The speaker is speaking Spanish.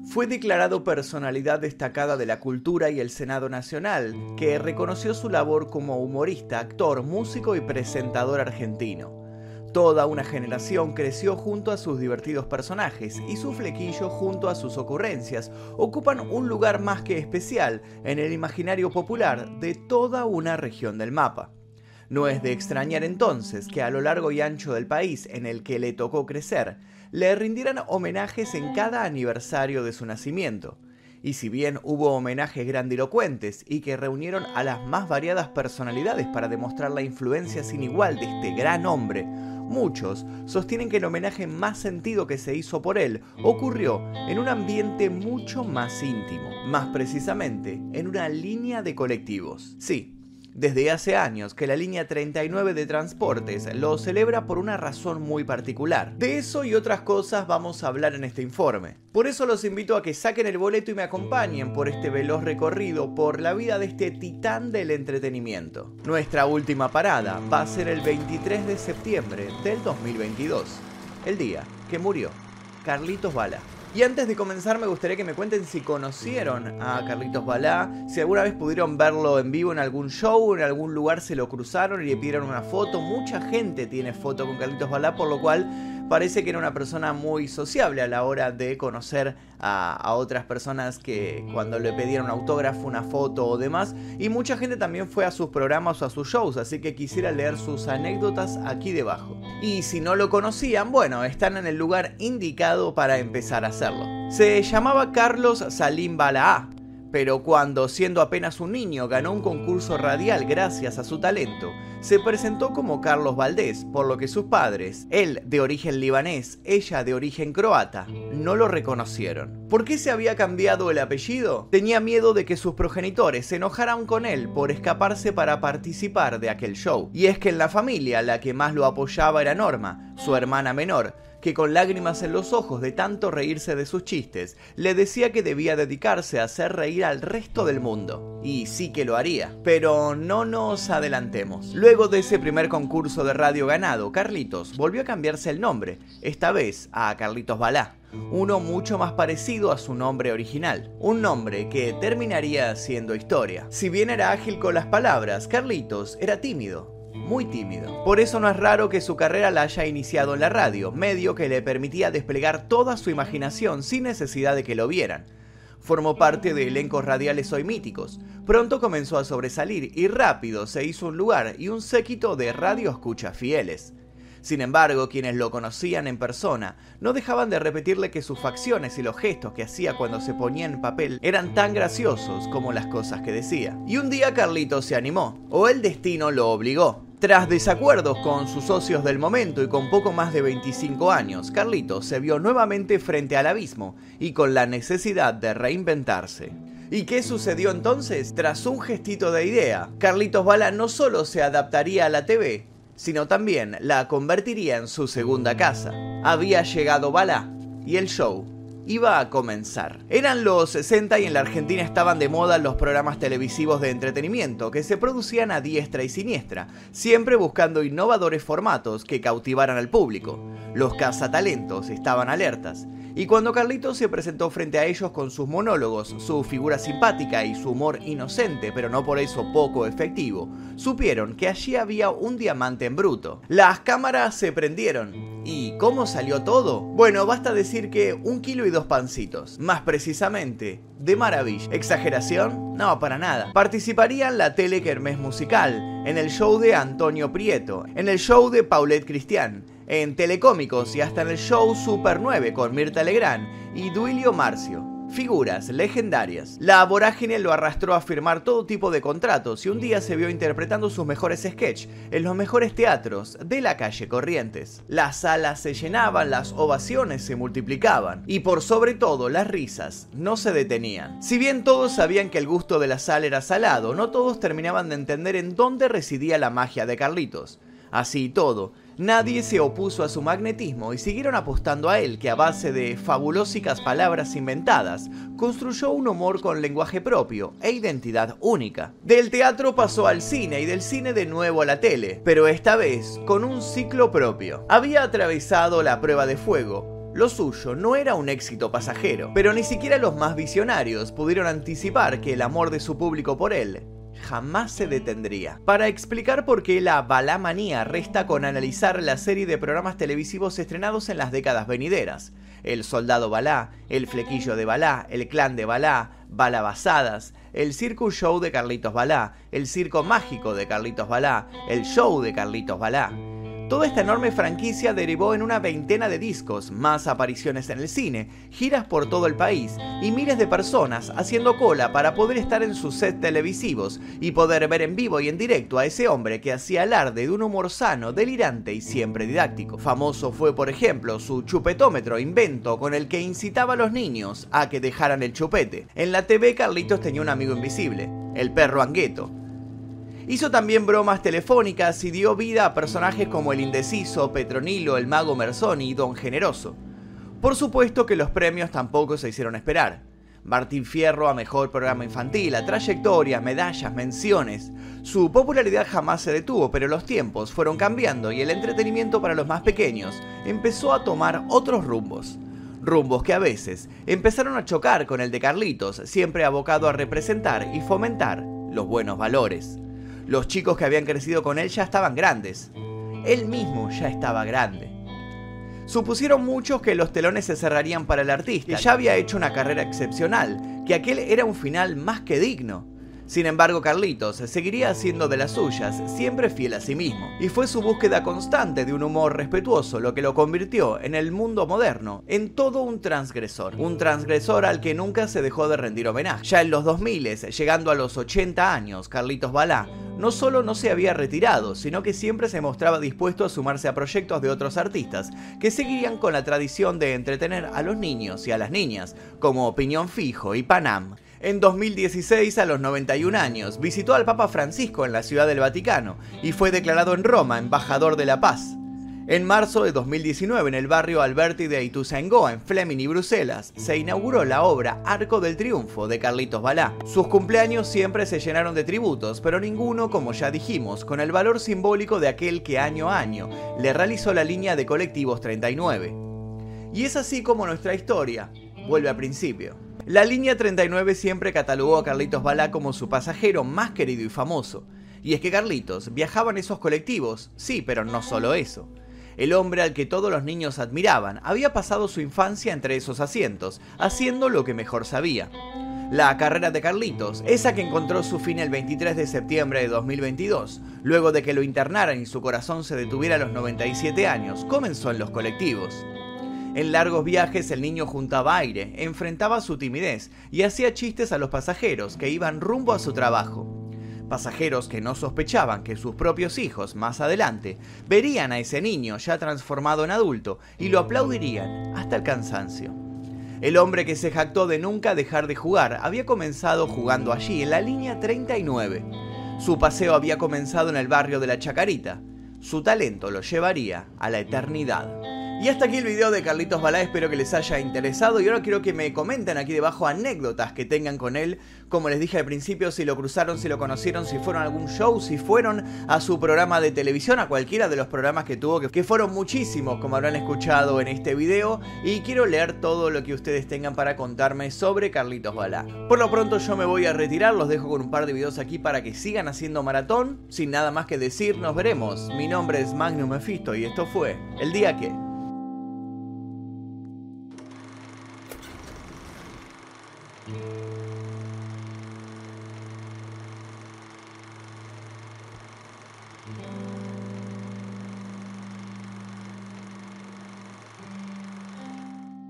fue declarado personalidad destacada de la cultura y el Senado Nacional, que reconoció su labor como humorista, actor, músico y presentador argentino. Toda una generación creció junto a sus divertidos personajes y su flequillo junto a sus ocurrencias ocupan un lugar más que especial en el imaginario popular de toda una región del mapa. No es de extrañar entonces que a lo largo y ancho del país en el que le tocó crecer, le rindieran homenajes en cada aniversario de su nacimiento. Y si bien hubo homenajes grandilocuentes y que reunieron a las más variadas personalidades para demostrar la influencia sin igual de este gran hombre, muchos sostienen que el homenaje más sentido que se hizo por él ocurrió en un ambiente mucho más íntimo, más precisamente en una línea de colectivos. Sí, desde hace años que la línea 39 de transportes lo celebra por una razón muy particular. De eso y otras cosas vamos a hablar en este informe. Por eso los invito a que saquen el boleto y me acompañen por este veloz recorrido por la vida de este titán del entretenimiento. Nuestra última parada va a ser el 23 de septiembre del 2022, el día que murió Carlitos Balá. Y antes de comenzar me gustaría que me cuenten si conocieron a Carlitos Balá, si alguna vez pudieron verlo en vivo en algún show, en algún lugar se lo cruzaron y le pidieron una foto. Mucha gente tiene foto con Carlitos Balá, por lo cual parece que era una persona muy sociable a la hora de conocer a otras personas que cuando le pedían un autógrafo, una foto o demás. Y mucha gente también fue a sus programas o a sus shows, así que quisiera leer sus anécdotas aquí debajo. Y si no lo conocían, bueno, están en el lugar indicado para empezar a hacerlo. Se llamaba Carlos Salim Balá, pero cuando siendo apenas un niño ganó un concurso radial gracias a su talento, se presentó como Carlos Valdés, por lo que sus padres, él de origen libanés, ella de origen croata, no lo reconocieron. ¿Por qué se había cambiado el apellido? Tenía miedo de que sus progenitores se enojaran con él por escaparse para participar de aquel show. Y es que en la familia la que más lo apoyaba era Norma, su hermana menor, que con lágrimas en los ojos de tanto reírse de sus chistes, le decía que debía dedicarse a hacer reír al resto del mundo. Y sí que lo haría. Pero no nos adelantemos. Luego de ese primer concurso de radio ganado, Carlitos volvió a cambiarse el nombre, esta vez a Carlitos Balá, uno mucho más parecido a su nombre original, un nombre que terminaría siendo historia. Si bien era ágil con las palabras, Carlitos era tímido. Muy tímido. Por eso no es raro que su carrera la haya iniciado en la radio, medio que le permitía desplegar toda su imaginación sin necesidad de que lo vieran. Formó parte de elencos radiales hoy míticos. Pronto comenzó a sobresalir y rápido se hizo un lugar y un séquito de radioescuchas fieles. Sin embargo, quienes lo conocían en persona no dejaban de repetirle que sus facciones y los gestos que hacía cuando se ponía en papel eran tan graciosos como las cosas que decía. Y un día Carlitos se animó, o el destino lo obligó. Tras desacuerdos con sus socios del momento y con poco más de 25 años, Carlitos se vio nuevamente frente al abismo y con la necesidad de reinventarse. ¿Y qué sucedió entonces? Tras un gestito de idea, Carlitos Balá no solo se adaptaría a la TV, sino también la convertiría en su segunda casa. Había llegado Balá y el show iba a comenzar. Eran los 60 y en la Argentina estaban de moda los programas televisivos de entretenimiento que se producían a diestra y siniestra, siempre buscando innovadores formatos que cautivaran al público. Los cazatalentos estaban alertas. Y cuando Carlitos se presentó frente a ellos con sus monólogos, su figura simpática y su humor inocente, pero no por eso poco efectivo, supieron que allí había un diamante en bruto. Las cámaras se prendieron. ¿Y cómo salió todo? Bueno, basta decir que 1 kilo y 2 pancitos. Más precisamente, de maravilla. ¿Exageración? No, para nada. Participaría en la tele Kermés Musical, en el show de Antonio Prieto, en el show de Paulette Cristián, en Telecómicos y hasta en el show Super 9 con Mirta Legrand y Duilio Marcio. Figuras legendarias. La vorágine lo arrastró a firmar todo tipo de contratos y un día se vio interpretando sus mejores sketches en los mejores teatros de la calle Corrientes. Las salas se llenaban, las ovaciones se multiplicaban y por sobre todo las risas no se detenían. Si bien todos sabían que el gusto de la sal era salado, no todos terminaban de entender en dónde residía la magia de Carlitos. Así y todo, nadie se opuso a su magnetismo y siguieron apostando a él que a base de fabulosas palabras inventadas, construyó un humor con lenguaje propio e identidad única. Del teatro pasó al cine y del cine de nuevo a la tele, pero esta vez con un ciclo propio. Había atravesado la prueba de fuego, Lo suyo no era un éxito pasajero, pero ni siquiera los más visionarios pudieron anticipar que el amor de su público por él jamás se detendría. Para explicar por qué la Balá-manía resta con analizar la serie de programas televisivos estrenados en las décadas venideras: El Soldado Balá, El Flequillo de Balá, El Clan de Balá, Balabazadas, el Circus Show de Carlitos Balá, el Circo Mágico de Carlitos Balá, el Show de Carlitos Balá. Toda esta enorme franquicia derivó en una veintena de discos, más apariciones en el cine, giras por todo el país y miles de personas haciendo cola para poder estar en sus sets televisivos y poder ver en vivo y en directo a ese hombre que hacía alarde de un humor sano, delirante y siempre didáctico. Famoso fue, por ejemplo, su chupetómetro, invento con el que incitaba a los niños a que dejaran el chupete. En la TV, Carlitos tenía un amigo invisible, el perro Angueto. Hizo también bromas telefónicas y dio vida a personajes como el Indeciso, Petronilo, el Mago Merzoni y Don Generoso. Por supuesto que los premios tampoco se hicieron esperar. Martín Fierro a Mejor Programa Infantil, a trayectoria, medallas, menciones. Su popularidad jamás se detuvo, pero los tiempos fueron cambiando y el entretenimiento para los más pequeños empezó a tomar otros rumbos. Rumbos que a veces empezaron a chocar con el de Carlitos, siempre abocado a representar y fomentar los buenos valores. Los chicos que habían crecido con él ya estaban grandes. Él mismo ya estaba grande. Supusieron muchos que los telones se cerrarían para el artista, que ya había hecho una carrera excepcional, que aquel era un final más que digno. Sin embargo, Carlitos seguiría haciendo de las suyas, siempre fiel a sí mismo. Y fue su búsqueda constante de un humor respetuoso lo que lo convirtió en el mundo moderno en todo un transgresor. Un transgresor al que nunca se dejó de rendir homenaje. Ya en los 2000, llegando a los 80 años, Carlitos Balá no solo no se había retirado, sino que siempre se mostraba dispuesto a sumarse a proyectos de otros artistas que seguirían con la tradición de entretener a los niños y a las niñas, como Piñón Fijo y Panam. En 2016, a los 91 años, visitó al Papa Francisco en la Ciudad del Vaticano y fue declarado en Roma embajador de la paz. En marzo de 2019, en el barrio Alberti de Ituzaingó, en Fleming y Bruselas, se inauguró la obra Arco del Triunfo de Carlitos Balá. Sus cumpleaños siempre se llenaron de tributos, pero ninguno, como ya dijimos, con el valor simbólico de aquel que año a año le realizó la línea de colectivos 39. Y es así como nuestra historia vuelve al principio. La línea 39 siempre catalogó a Carlitos Balá como su pasajero más querido y famoso. Y es que Carlitos viajaba en esos colectivos, sí, pero no solo eso. El hombre al que todos los niños admiraban había pasado su infancia entre esos asientos, haciendo lo que mejor sabía. La carrera de Carlitos, esa que encontró su fin el 23 de septiembre de 2022, luego de que lo internaran y su corazón se detuviera a los 97 años, comenzó en los colectivos. En largos viajes el niño juntaba aire, enfrentaba su timidez y hacía chistes a los pasajeros que iban rumbo a su trabajo. Pasajeros que no sospechaban que sus propios hijos, más adelante, verían a ese niño ya transformado en adulto y lo aplaudirían hasta el cansancio. El hombre que se jactó de nunca dejar de jugar había comenzado jugando allí, en la línea 39. Su paseo había comenzado en el barrio de La Chacarita. Su talento lo llevaría a la eternidad. Y hasta aquí el video de Carlitos Balá, espero que les haya interesado y ahora quiero que me comenten aquí debajo anécdotas que tengan con él, como les dije al principio, si lo cruzaron, si lo conocieron, si fueron a algún show, si fueron a su programa de televisión, a cualquiera de los programas que tuvo, que fueron muchísimos como habrán escuchado en este video, y quiero leer todo lo que ustedes tengan para contarme sobre Carlitos Balá. Por lo pronto yo me voy a retirar, los dejo con un par de videos aquí para que sigan haciendo maratón, sin nada más que decir, nos veremos. Mi nombre es Magnum Mephisto y esto fue El Día Que...